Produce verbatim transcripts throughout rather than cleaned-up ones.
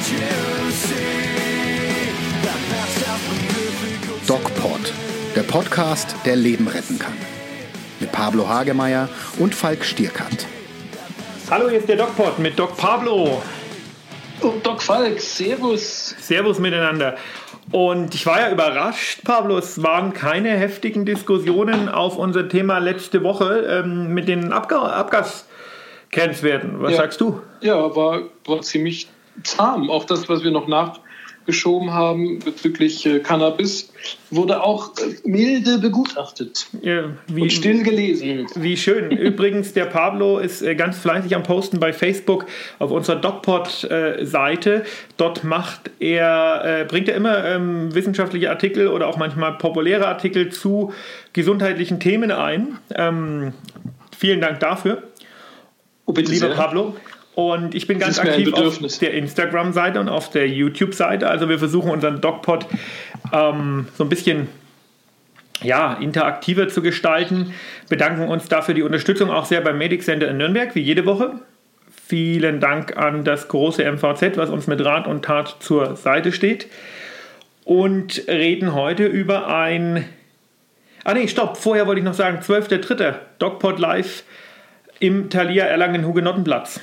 DocPod, der Podcast, der Leben retten kann. Mit Pablo Hagemeyer und Falk Stierkat. Hallo, hier ist der DocPod mit Doc Pablo. Und Doc Falk, servus. Servus miteinander. Und ich war ja überrascht, Pablo, es waren keine heftigen Diskussionen auf unser Thema letzte Woche ähm, mit den Abga- Abgasgrenzwerten. Was ja. sagst du? Ja, war, war ziemlich zahm. Auch das, was wir noch nachgeschoben haben bezüglich äh, Cannabis, wurde auch äh, milde begutachtet Ja, wie, und still gelesen. Wie schön. Übrigens, der Pablo ist äh, ganz fleißig am Posten bei Facebook auf unserer DocPod-Seite. Dort macht er, äh, bringt er immer ähm, wissenschaftliche Artikel oder auch manchmal populäre Artikel zu gesundheitlichen Themen ein. Ähm, vielen Dank dafür, Oh, bitte lieber sehr. Pablo. Und ich bin Das ganz ist mir ein aktiv auf Bedürfnis. der Instagram-Seite und auf der YouTube-Seite. Also wir versuchen unseren DocPod ähm, so ein bisschen ja, interaktiver zu gestalten. Bedanken uns dafür die Unterstützung auch sehr beim Medic Center in Nürnberg, wie jede Woche. Vielen Dank an das große M V Z, was uns mit Rat und Tat zur Seite steht. Und reden heute über ein... Ah nee, stopp, vorher wollte ich noch sagen, zwölfter dritter DocPod live im Thalia Erlangen-Hugenottenplatz.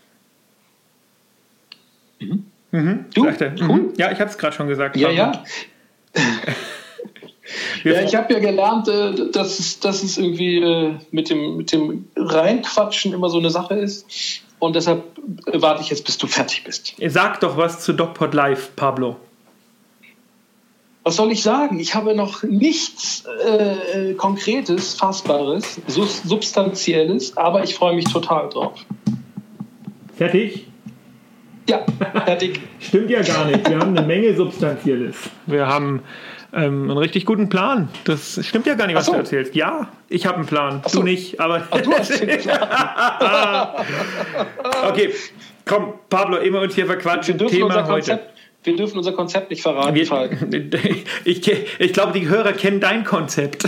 Mhm. Mhm, Du? sagt er. Cool. Mhm. Ja, ich habe es gerade schon gesagt. Ja, Pablo. ja. Wir Ja, ich habe ja gelernt, äh, dass es, dass es irgendwie äh, mit dem, mit dem Reinquatschen immer so eine Sache ist. Und deshalb äh, warte ich jetzt, bis du fertig bist. Sag doch was zu DocPod Live, Pablo. Was soll ich sagen? Ich habe noch nichts äh, Konkretes, Fassbares, Sus- Substanzielles, aber ich freue mich total drauf. Fertig? Ja, fertig. Stimmt ja gar nicht. Wir haben eine Menge Substanzielles. Wir haben ähm, einen richtig guten Plan. Das stimmt ja gar nicht, was Ach so. du erzählst. Ja, ich habe einen Plan. Ach so. Du nicht, aber... Ach, du hast den Plan. Okay, komm, Pablo, immer uns hier Wir verquatschen. dürfen, unser Thema heute. Konzept, wir dürfen unser Konzept nicht verraten, Wir, Falk. ich, ich glaube, die Hörer kennen dein Konzept.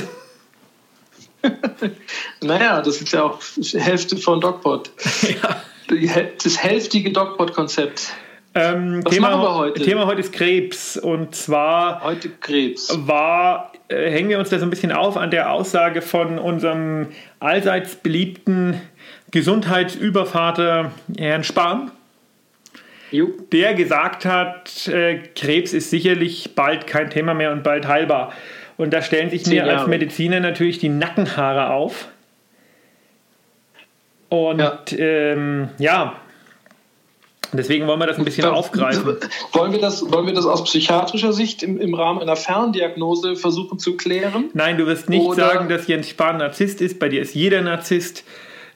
Naja, das ist ja auch die Hälfte von DocPod. Ja. Die Häl- Das hälftige DocPod-Konzept. Ähm, Was Thema, machen wir heute? Thema heute ist Krebs. Und zwar Heute Krebs. war, äh, hängen wir uns da so ein bisschen auf an der Aussage von unserem allseits beliebten Gesundheitsübervater Herrn Spahn, Jo. der gesagt hat, äh, Krebs ist sicherlich bald kein Thema mehr und bald heilbar. Und da stellen sich Zehn mir als Jahre. Mediziner natürlich die Nackenhaare auf. Und Ja. ja, ähm, ja. deswegen wollen wir das ein bisschen Ja, aufgreifen. Wollen wir das, wollen wir das aus psychiatrischer Sicht im, im Rahmen einer Ferndiagnose versuchen zu klären? Nein, du wirst nicht Oder- sagen, dass Jens Spahn Narzisst ist. Bei dir ist jeder Narzisst.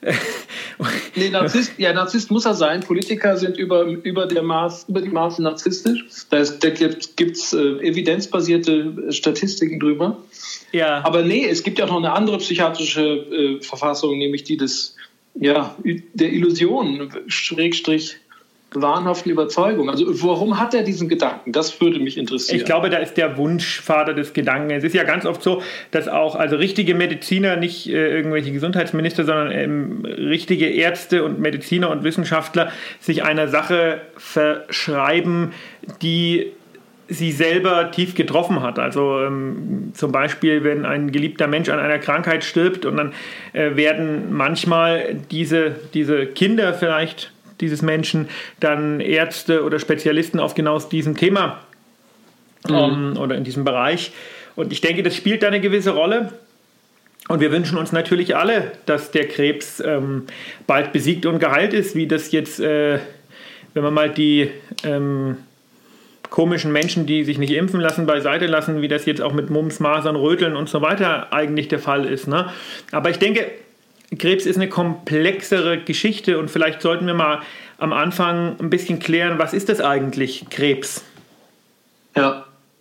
Nee, Narzisst, ja, Narzisst muss er sein. Politiker sind über, über, der Maß, über die Maße narzisstisch. Da, ist, da gibt es äh, evidenzbasierte Statistiken drüber. Ja. Aber nee, es gibt ja auch noch eine andere psychiatrische äh, Verfassung, nämlich die des, ja, der Illusion, Schrägstrich, wahnhaften Überzeugung. Also warum hat er diesen Gedanken? Das würde mich interessieren. Ich glaube, da ist der Wunschvater des Gedanken. Es ist ja ganz oft so, dass auch also richtige Mediziner, nicht äh, irgendwelche Gesundheitsminister, sondern ähm, richtige Ärzte und Mediziner und Wissenschaftler sich einer Sache verschreiben, die sie selber tief getroffen hat. Also ähm, zum Beispiel, wenn ein geliebter Mensch an einer Krankheit stirbt und dann äh, werden manchmal diese, diese Kinder vielleicht dieses Menschen dann Ärzte oder Spezialisten auf genau diesem Thema Mhm. ähm, oder in diesem Bereich. Und ich denke, das spielt da eine gewisse Rolle. Und wir wünschen uns natürlich alle, dass der Krebs ähm, bald besiegt und geheilt ist, wie das jetzt, äh, wenn man mal die ähm, komischen Menschen, die sich nicht impfen lassen, beiseite lassen, wie das jetzt auch mit Mumps, Masern, Röteln und so weiter eigentlich der Fall ist. Ne? Aber ich denke, Krebs ist eine komplexere Geschichte und vielleicht sollten wir mal am Anfang ein bisschen klären, was ist das eigentlich, Krebs? Ja.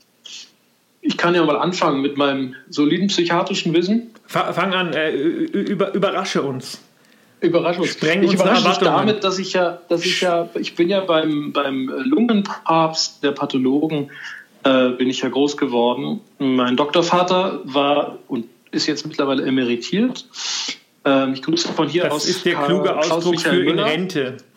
Ich kann ja mal anfangen mit meinem soliden psychiatrischen Wissen. Fang an, äh, über, überrasche uns. Überraschung. Spreng Ich unsere überrasche dich Erwartungen. damit, dass ich ja, dass ich ja, ich bin ja beim, beim Lungenpapst der Pathologen, äh, bin ich ja groß geworden. Mein Doktorvater war und ist jetzt mittlerweile emeritiert. Ähm, ich grüße von hier Das aus ist der Karl- kluge Klaus Ausdruck Michael für in Müller. Rente.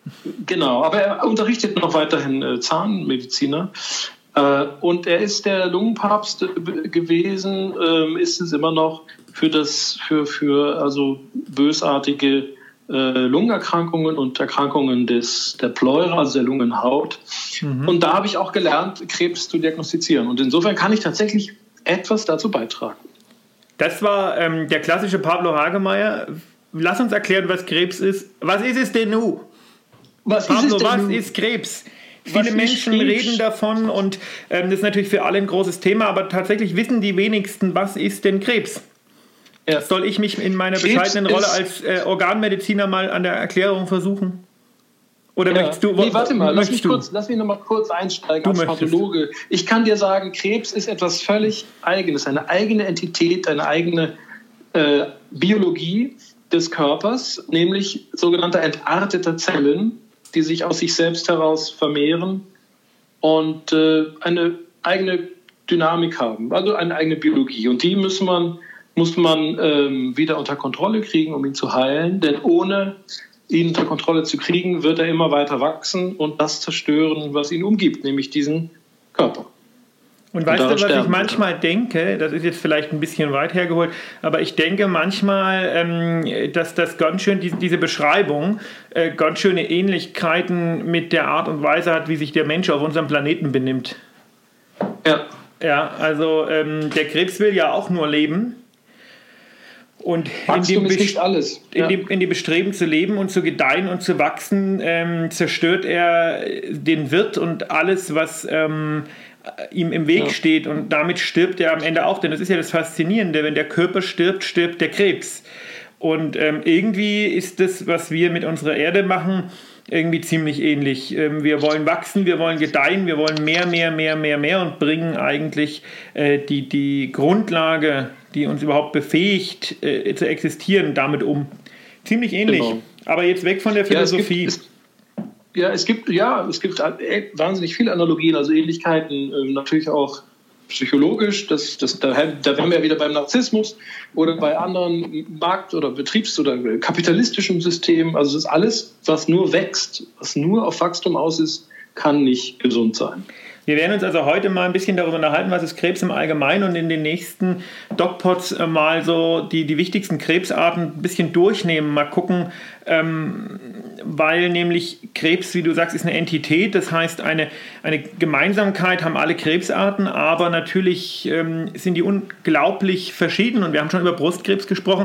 Genau, aber er unterrichtet noch weiterhin äh, Zahnmediziner. Äh, und er ist der Lungenpapst äh, gewesen, äh, ist es immer noch für das, für, für also bösartige äh, Lungenerkrankungen und Erkrankungen des, der Pleura, also der Lungenhaut. Mhm. Und da habe ich auch gelernt, Krebs zu diagnostizieren. Und insofern kann ich tatsächlich etwas dazu beitragen. Das war ähm, der klassische Pablo Hagemeyer. Lass uns erklären, was Krebs ist. Was ist es denn nun? Was Pablo, ist es denn was nun? ist Krebs? Viele Was Menschen Krebs? reden davon und ähm, das ist natürlich für alle ein großes Thema, aber tatsächlich wissen die wenigsten, was ist denn Krebs? Ja. Soll ich mich in meiner Krebs bescheidenen Rolle als äh, Organmediziner mal an der Erklärung versuchen? Oder ja. möchtest du? Nee, warte mal, lass mich, du? kurz, lass mich noch mal kurz einsteigen du als möchtest. Pathologe. Ich kann dir sagen, Krebs ist etwas völlig Eigenes, eine eigene Entität, eine eigene äh, Biologie des Körpers, nämlich sogenannte entartete Zellen, die sich aus sich selbst heraus vermehren und äh, eine eigene Dynamik haben, also eine eigene Biologie. Und die muss man, muss man ähm, wieder unter Kontrolle kriegen, um ihn zu heilen, denn ohne ihn unter Kontrolle zu kriegen, wird er immer weiter wachsen und das zerstören, was ihn umgibt, nämlich diesen Körper. Und weißt du, was ich manchmal denke, das ist jetzt vielleicht ein bisschen weit hergeholt, aber ich denke manchmal, ähm, dass das ganz schön, die, diese Beschreibung, äh, ganz schöne Ähnlichkeiten mit der Art und Weise hat, wie sich der Mensch auf unserem Planeten benimmt. Ja. Ja, also ähm, der Krebs will ja auch nur leben. Und in dem, ist nicht alles. Ja. Ja. in, dem, in dem Bestreben zu leben und zu gedeihen und zu wachsen, ähm, zerstört er den Wirt und alles, was ähm, ihm im Weg ja. steht. Und damit stirbt er am Ende auch. Denn das ist ja das Faszinierende. Wenn der Körper stirbt, stirbt der Krebs. Und ähm, irgendwie ist das, was wir mit unserer Erde machen, irgendwie ziemlich ähnlich. Ähm, wir wollen wachsen, wir wollen gedeihen, wir wollen mehr, mehr, mehr, mehr, mehr und bringen eigentlich äh, die, die Grundlage, die uns überhaupt befähigt, äh, zu existieren, damit um. Ziemlich ähnlich. Genau. Aber jetzt weg von der Philosophie. Ja, es gibt, es, ja, es gibt, ja, es gibt wahnsinnig viele Analogien, also Ähnlichkeiten, äh, natürlich auch psychologisch. Das, das, da, da wären wir ja wieder beim Narzissmus oder bei anderen Markt- oder Betriebs- oder kapitalistischen Systemen. Also das ist alles, was nur wächst, was nur auf Wachstum aus ist, kann nicht gesund sein. Wir werden uns also heute mal ein bisschen darüber unterhalten, was ist Krebs im Allgemeinen, und in den nächsten DocPods mal so die, die wichtigsten Krebsarten ein bisschen durchnehmen, mal gucken, ähm, weil nämlich Krebs, wie du sagst, ist eine Entität, das heißt eine, eine Gemeinsamkeit haben alle Krebsarten, aber natürlich ähm, sind die unglaublich verschieden, und wir haben schon über Brustkrebs gesprochen,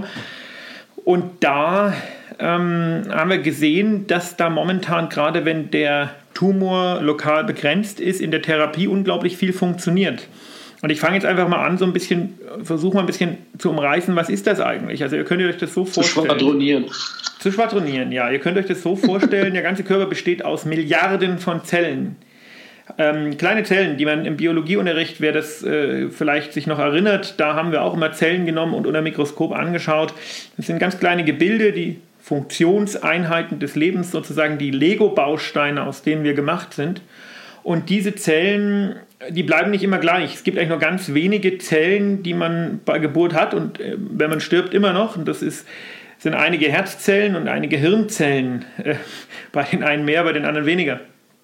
und da ähm, haben wir gesehen, dass da momentan, gerade wenn der Tumor lokal begrenzt ist, in der Therapie unglaublich viel funktioniert. Und ich fange jetzt einfach mal an, so ein bisschen, versuche mal ein bisschen zu umreißen, was ist das eigentlich? Also ihr könnt euch das so vorstellen. Zu schwadronieren. Zu schwadronieren, ja. Ihr könnt euch das so vorstellen, der ganze Körper besteht aus Milliarden von Zellen. Ähm, kleine Zellen, die man im Biologieunterricht, wer das äh, vielleicht sich noch erinnert, da haben wir auch immer Zellen genommen und unter Mikroskop angeschaut. Das sind ganz kleine Gebilde, die Funktionseinheiten des Lebens, sozusagen die Lego-Bausteine, aus denen wir gemacht sind. Und diese Zellen, die bleiben nicht immer gleich. Es gibt eigentlich nur ganz wenige Zellen, die man bei Geburt hat, und äh, wenn man stirbt, immer noch. Und das ist, sind einige Herzzellen und einige Hirnzellen. Äh, bei den einen mehr, bei den anderen weniger.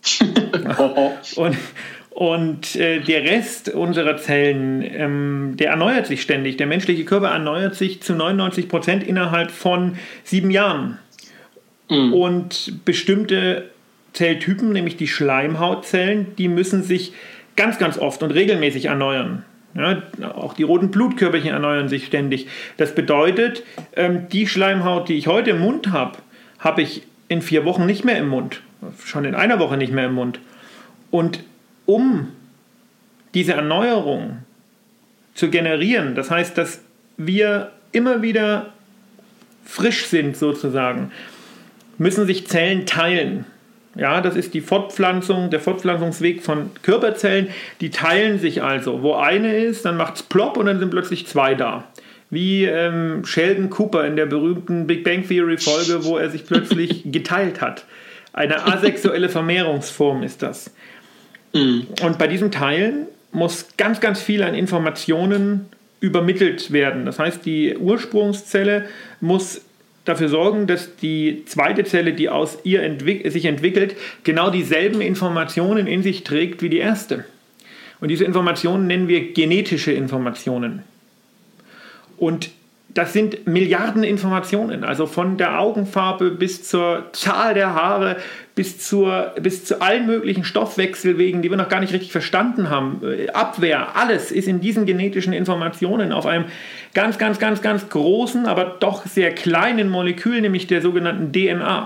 und und äh, der Rest unserer Zellen, ähm, der erneuert sich ständig. Der menschliche Körper erneuert sich zu neunundneunzig Prozent innerhalb von sieben Jahren. Mhm. Und bestimmte Zelltypen, nämlich die Schleimhautzellen, die müssen sich ganz, ganz oft und regelmäßig erneuern. Ja, auch die roten Blutkörperchen erneuern sich ständig. Das bedeutet, ähm, die Schleimhaut, die ich heute im Mund habe, habe ich in vier Wochen nicht mehr im Mund. Schon in einer Woche nicht mehr im Mund. Und um diese Erneuerung zu generieren, das heißt, dass wir immer wieder frisch sind sozusagen, müssen sich Zellen teilen. Ja, das ist die Fortpflanzung, der Fortpflanzungsweg von Körperzellen. Die teilen sich also. Wo eine ist, dann macht es plopp und dann sind plötzlich zwei da. Wie ähm, Sheldon Cooper in der berühmten Big Bang Theory Folge, wo er sich plötzlich geteilt hat. Eine asexuelle Vermehrungsform ist das. Mhm. Und bei diesem Teilen muss ganz, ganz viel an Informationen übermittelt werden. Das heißt, die Ursprungszelle muss dafür sorgen, dass die zweite Zelle, die aus ihr entwick- sich entwickelt, genau dieselben Informationen in sich trägt wie die erste. Und diese Informationen nennen wir genetische Informationen. Und das sind Milliarden Informationen, also von der Augenfarbe bis zur Zahl der Haare, bis, zur, bis zu allen möglichen Stoffwechselwegen, die wir noch gar nicht richtig verstanden haben. Abwehr, alles ist in diesen genetischen Informationen auf einem ganz, ganz, ganz, ganz großen, aber doch sehr kleinen Molekül, nämlich der sogenannten D N A.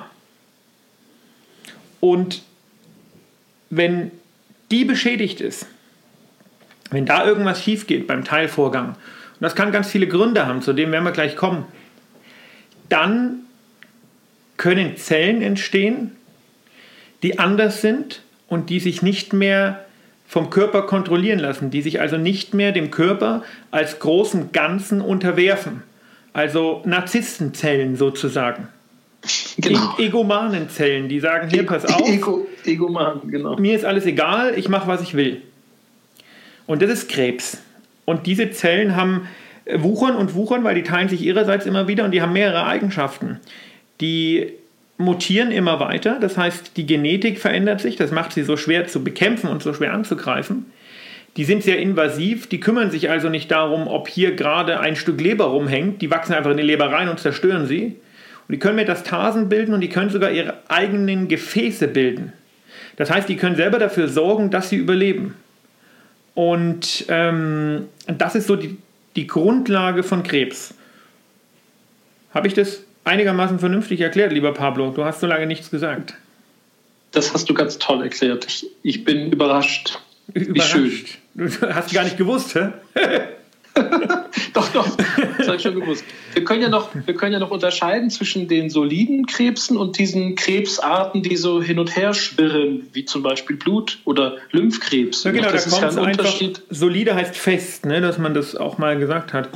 Und wenn die beschädigt ist, wenn da irgendwas schief geht beim Teilvorgang, und das kann ganz viele Gründe haben, zu dem werden wir gleich kommen, dann können Zellen entstehen, die anders sind und die sich nicht mehr vom Körper kontrollieren lassen, die sich also nicht mehr dem Körper als großen Ganzen unterwerfen. Also Narzisstenzellen sozusagen. Genau. E- Egomanenzellen, die sagen, hier, pass auf, Ego, Egoman, genau. Mir ist alles egal, ich mache, was ich will. Und das ist Krebs. Und diese Zellen haben wuchern und wuchern, weil die teilen sich ihrerseits immer wieder und die haben mehrere Eigenschaften. Die mutieren immer weiter, das heißt, die Genetik verändert sich, das macht sie so schwer zu bekämpfen und so schwer anzugreifen. Die sind sehr invasiv, die kümmern sich also nicht darum, ob hier gerade ein Stück Leber rumhängt, die wachsen einfach in die Leber rein und zerstören sie. Und die können Metastasen bilden und die können sogar ihre eigenen Gefäße bilden. Das heißt, die können selber dafür sorgen, dass sie überleben. Und ähm, das ist so die, die Grundlage von Krebs. Habe ich das einigermaßen vernünftig erklärt, lieber Pablo? Du hast so lange nichts gesagt. Das hast du ganz toll erklärt. Ich, ich bin überrascht. Überrascht. Wie schön. Du hast gar nicht gewusst, hä? Doch, doch, das habe ich schon gewusst. Wir können, ja noch, wir können ja noch unterscheiden zwischen den soliden Krebsen und diesen Krebsarten, die so hin und her schwirren, wie zum Beispiel Blut- oder Lymphkrebs. Ja, genau, das da ist kommt ja ein einfach, Unterschied. Solide heißt fest, ne, dass man das auch mal gesagt hat.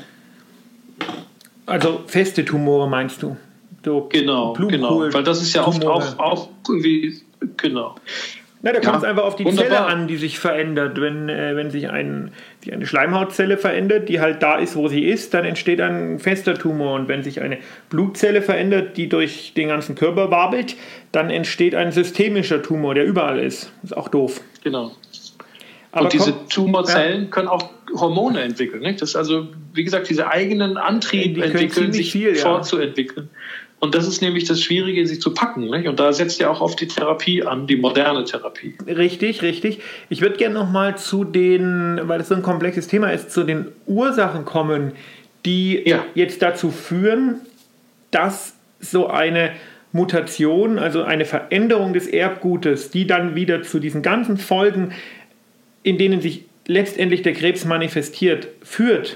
Also feste Tumore meinst du? So genau, genau, weil das ist ja oft auch, auch irgendwie, genau. Na, da kommt es ja, einfach auf die wunderbar. Zelle an, die sich verändert. Wenn, äh, wenn sich ein, die eine Schleimhautzelle verändert, die halt da ist, wo sie ist, dann entsteht ein fester Tumor. Und wenn sich eine Blutzelle verändert, die durch den ganzen Körper wabelt, dann entsteht ein systemischer Tumor, der überall ist. Das ist auch doof. Genau. Aber und diese komm, Tumorzellen ja. können auch Hormone entwickeln. Nicht? Das ist also, wie gesagt, diese eigenen Antrieb die entwickeln, sich viel, ja. fortzuentwickeln. Und das ist nämlich das Schwierige, sich zu packen. Nicht? Und da setzt ja auch auf die Therapie an, die moderne Therapie. Richtig, richtig. Ich würde gerne nochmal zu den, weil das so ein komplexes Thema ist, zu den Ursachen kommen, die ja. jetzt dazu führen, dass so eine Mutation, also eine Veränderung des Erbgutes, die dann wieder zu diesen ganzen Folgen, in denen sich letztendlich der Krebs manifestiert, führt.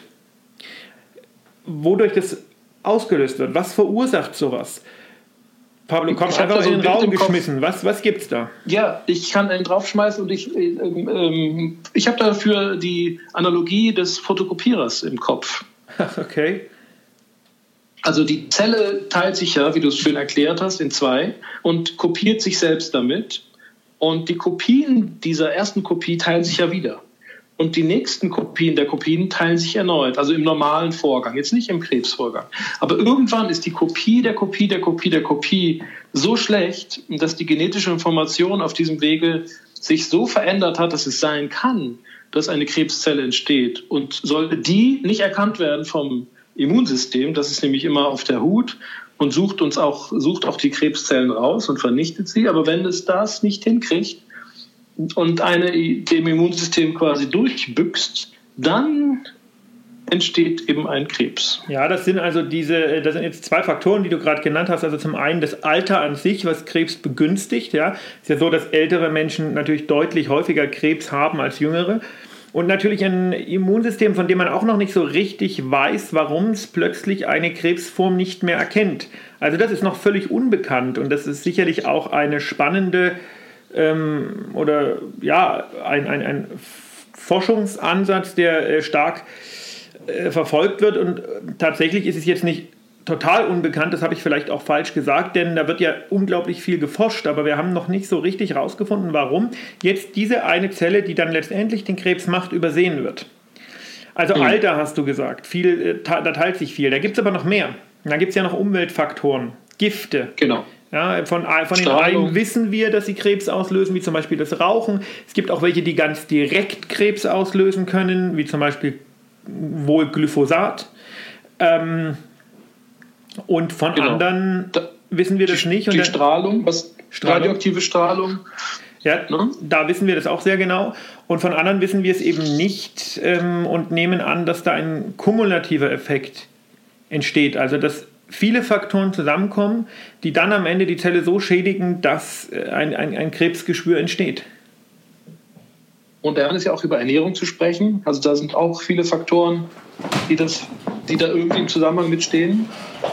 Wodurch das ausgelöst wird. Was verursacht sowas? Pablo, komm einfach so in den Raum geschmissen. Was, was gibt's da? Ja, ich kann einen draufschmeißen und ich, ähm, ähm, ich habe dafür die Analogie des Fotokopierers im Kopf. Okay. Also die Zelle teilt sich ja, wie du es schön erklärt hast, in zwei und kopiert sich selbst damit. Und die Kopien dieser ersten Kopie teilen sich ja wieder. Und die nächsten Kopien der Kopien teilen sich erneut, also im normalen Vorgang, jetzt nicht im Krebsvorgang. Aber irgendwann ist die Kopie der Kopie der Kopie der Kopie so schlecht, dass die genetische Information auf diesem Wege sich so verändert hat, dass es sein kann, dass eine Krebszelle entsteht. Und sollte die nicht erkannt werden vom Immunsystem, das ist nämlich immer auf der Hut und sucht uns auch, sucht auch die Krebszellen raus und vernichtet sie. Aber wenn es das nicht hinkriegt, und eine dem Immunsystem quasi durchbüchst, dann entsteht eben ein Krebs. Ja, das sind also diese, das sind jetzt zwei Faktoren, die du gerade genannt hast. Also zum einen das Alter an sich, was Krebs begünstigt. Ja, ist ja so, dass ältere Menschen natürlich deutlich häufiger Krebs haben als jüngere. Und natürlich ein Immunsystem, von dem man auch noch nicht so richtig weiß, warum es plötzlich eine Krebsform nicht mehr erkennt. Also das ist noch völlig unbekannt und das ist sicherlich auch eine spannende ähm, oder ja, ein, ein, ein Forschungsansatz, der äh, stark äh, verfolgt wird. Und tatsächlich ist es jetzt nicht total unbekannt, das habe ich vielleicht auch falsch gesagt, denn da wird ja unglaublich viel geforscht, aber wir haben noch nicht so richtig rausgefunden, warum jetzt diese eine Zelle, die dann letztendlich den Krebs macht, übersehen wird. Also mhm. Alter hast du gesagt, viel, da teilt sich viel. Da gibt es aber noch mehr. Und dann gibt es ja noch Umweltfaktoren, Gifte. Genau. Ja, von, von den einen wissen wir, dass sie Krebs auslösen, wie zum Beispiel das Rauchen. Es gibt auch welche, die ganz direkt Krebs auslösen können, wie zum Beispiel wohl Glyphosat. Ähm, und von genau. anderen da, wissen wir das die, nicht. Und die dann, Strahlung, was Strahlung. radioaktive Strahlung. Ja, ne? Da wissen wir das auch sehr genau. Und von anderen wissen wir es eben nicht ähm, und nehmen an, dass da ein kumulativer Effekt entsteht. Also dass viele Faktoren zusammenkommen, die dann am Ende die Zelle so schädigen, dass ein, ein, ein Krebsgeschwür entsteht. Und dann ist ja auch über Ernährung zu sprechen. Also da sind auch viele Faktoren, die, das, die da irgendwie im Zusammenhang mitstehen.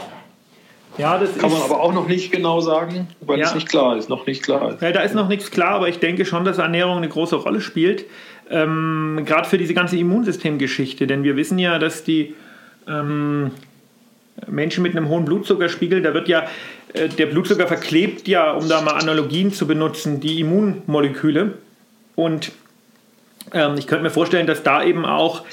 Ja, das kann ist, man aber auch noch nicht genau sagen, weil ja, es nicht klar ist. Noch nicht klar ist. Ja, da ist noch nichts klar, aber ich denke schon, dass Ernährung eine große Rolle spielt. Ähm, gerade für diese ganze Immunsystemgeschichte. Denn wir wissen ja, dass die ähm, Menschen mit einem hohen Blutzuckerspiegel, da wird ja, äh, der Blutzucker verklebt ja, um da mal Analogien zu benutzen, die Immunmoleküle. Und ähm, ich könnte mir vorstellen, dass da eben auch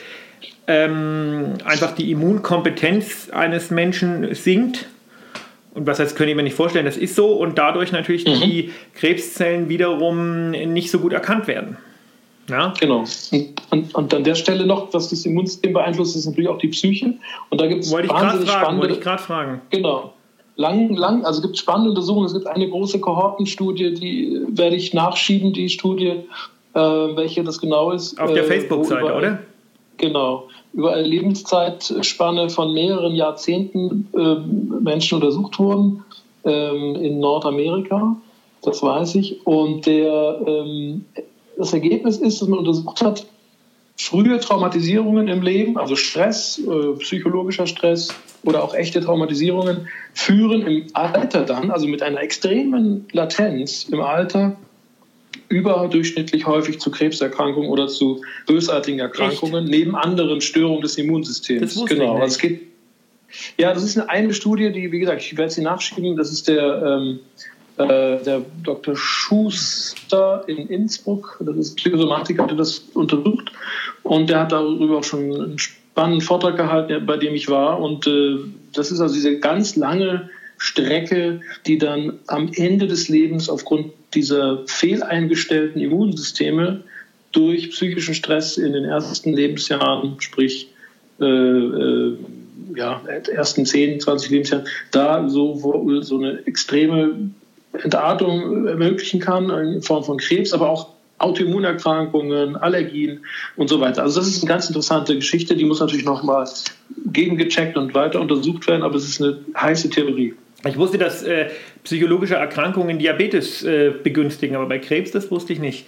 ähm, einfach die Immunkompetenz eines Menschen sinkt. Und was heißt, könnte ich mir nicht vorstellen, das ist so. Und dadurch natürlich mhm. die Krebszellen wiederum nicht so gut erkannt werden. Ja? Genau. Und, und an der Stelle noch, was das Immunsystem beeinflusst, ist natürlich auch die Psyche. Und da gibt es wahnsinnig spannende... Wollte ich gerade fragen. Genau. Lang, lang, also gibt es spannende Untersuchungen. Es gibt eine große Kohortenstudie, die werde ich nachschieben, die Studie, äh, welche das genau ist. Auf der äh, Facebook-Seite, überall, oder? Genau. Über eine Lebenszeitspanne von mehreren Jahrzehnten äh, Menschen untersucht wurden ähm, in Nordamerika, das weiß ich. Und der, ähm, das Ergebnis ist, dass man untersucht hat, frühe Traumatisierungen im Leben, also Stress, äh, psychologischer Stress oder auch echte Traumatisierungen, führen im Alter dann, also mit einer extremen Latenz im Alter, überdurchschnittlich häufig zu Krebserkrankungen oder zu bösartigen Erkrankungen, Echt? neben anderen Störungen des Immunsystems. Das wusste genau. ich nicht. Also es geht, ja, das ist eine, eine Studie, die, wie gesagt, ich werde sie nachschieben, das ist der, ähm, äh, der Doktor Schuster in Innsbruck, das ist ein Psychosomatiker, der das untersucht, und der hat darüber auch schon einen spannenden Vortrag gehalten, bei dem ich war, und äh, das ist also diese ganz lange Strecke, die dann am Ende des Lebens aufgrund dieser fehleingestellten Immunsysteme durch psychischen Stress in den ersten Lebensjahren, sprich äh, äh, ja, ersten zehn, zwanzig Lebensjahren, da so, so eine extreme Entartung ermöglichen kann in Form von Krebs, aber auch Autoimmunerkrankungen, Allergien und so weiter. Also das ist eine ganz interessante Geschichte, die muss natürlich nochmal gegengecheckt und weiter untersucht werden, aber es ist eine heiße Theorie. Ich wusste, dass äh, psychologische Erkrankungen Diabetes äh, begünstigen, aber bei Krebs, das wusste ich nicht.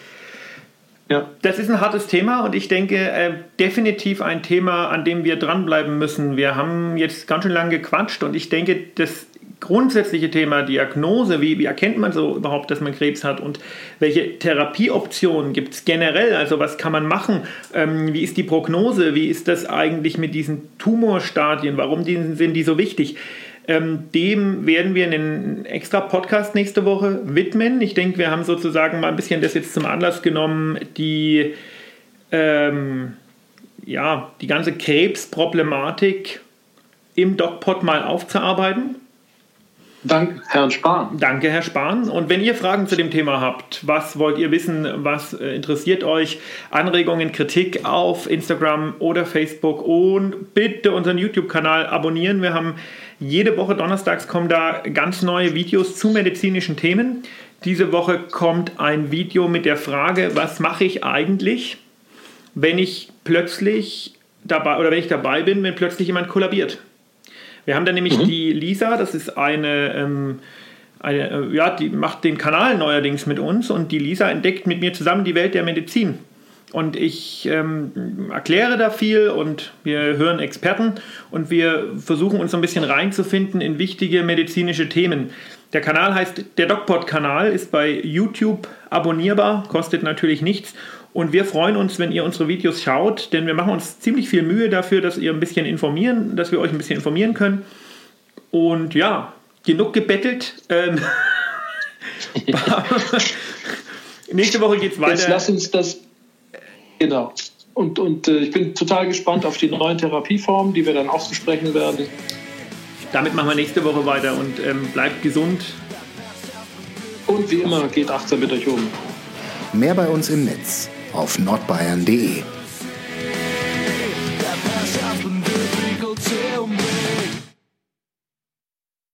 Ja. Das ist ein hartes Thema und ich denke, äh, definitiv ein Thema, an dem wir dranbleiben müssen. Wir haben jetzt ganz schön lange gequatscht und ich denke, das grundsätzliche Thema Diagnose, wie, wie erkennt man so überhaupt, dass man Krebs hat und welche Therapieoptionen gibt es generell, also was kann man machen, ähm, wie ist die Prognose, wie ist das eigentlich mit diesen Tumorstadien, warum die, sind die so wichtig? Ähm, dem werden wir einen extra Podcast nächste Woche widmen. Ich denke, wir haben sozusagen mal ein bisschen das jetzt zum Anlass genommen, die, ähm, ja, die ganze Krebsproblematik im DocPod mal aufzuarbeiten. Danke, Herrn Spahn. Danke, Herr Spahn. Und wenn ihr Fragen zu dem Thema habt, was wollt ihr wissen, was äh, interessiert euch, Anregungen, Kritik auf Instagram oder Facebook und bitte unseren YouTube-Kanal abonnieren. Wir haben jede Woche donnerstags kommen da ganz neue Videos zu medizinischen Themen. Diese Woche kommt ein Video mit der Frage, was mache ich eigentlich, wenn ich plötzlich dabei oder wenn ich dabei bin, wenn plötzlich jemand kollabiert. Wir haben da nämlich mhm. die Lisa, das ist eine, ähm, eine äh, ja, die macht den Kanal neuerdings mit uns und die Lisa entdeckt mit mir zusammen die Welt der Medizin. Und ich ähm, erkläre da viel und wir hören Experten und wir versuchen uns so ein bisschen reinzufinden in wichtige medizinische Themen. Der Kanal heißt der DocPod-Kanal, ist bei YouTube abonnierbar, kostet natürlich nichts. Und wir freuen uns, wenn ihr unsere Videos schaut, denn wir machen uns ziemlich viel Mühe dafür, dass ihr ein bisschen informieren, dass wir euch ein bisschen informieren können. Und ja, genug gebettelt. Ähm Nächste Woche geht es weiter. Jetzt lass uns das, genau. Und, und äh, ich bin total gespannt auf die neuen Therapieformen, die wir dann auch besprechen werden. damit machen wir nächste Woche weiter und ähm, bleibt gesund. Und wie immer, geht achtsam mit euch um. Mehr bei uns im Netz auf nordbayern punkt de.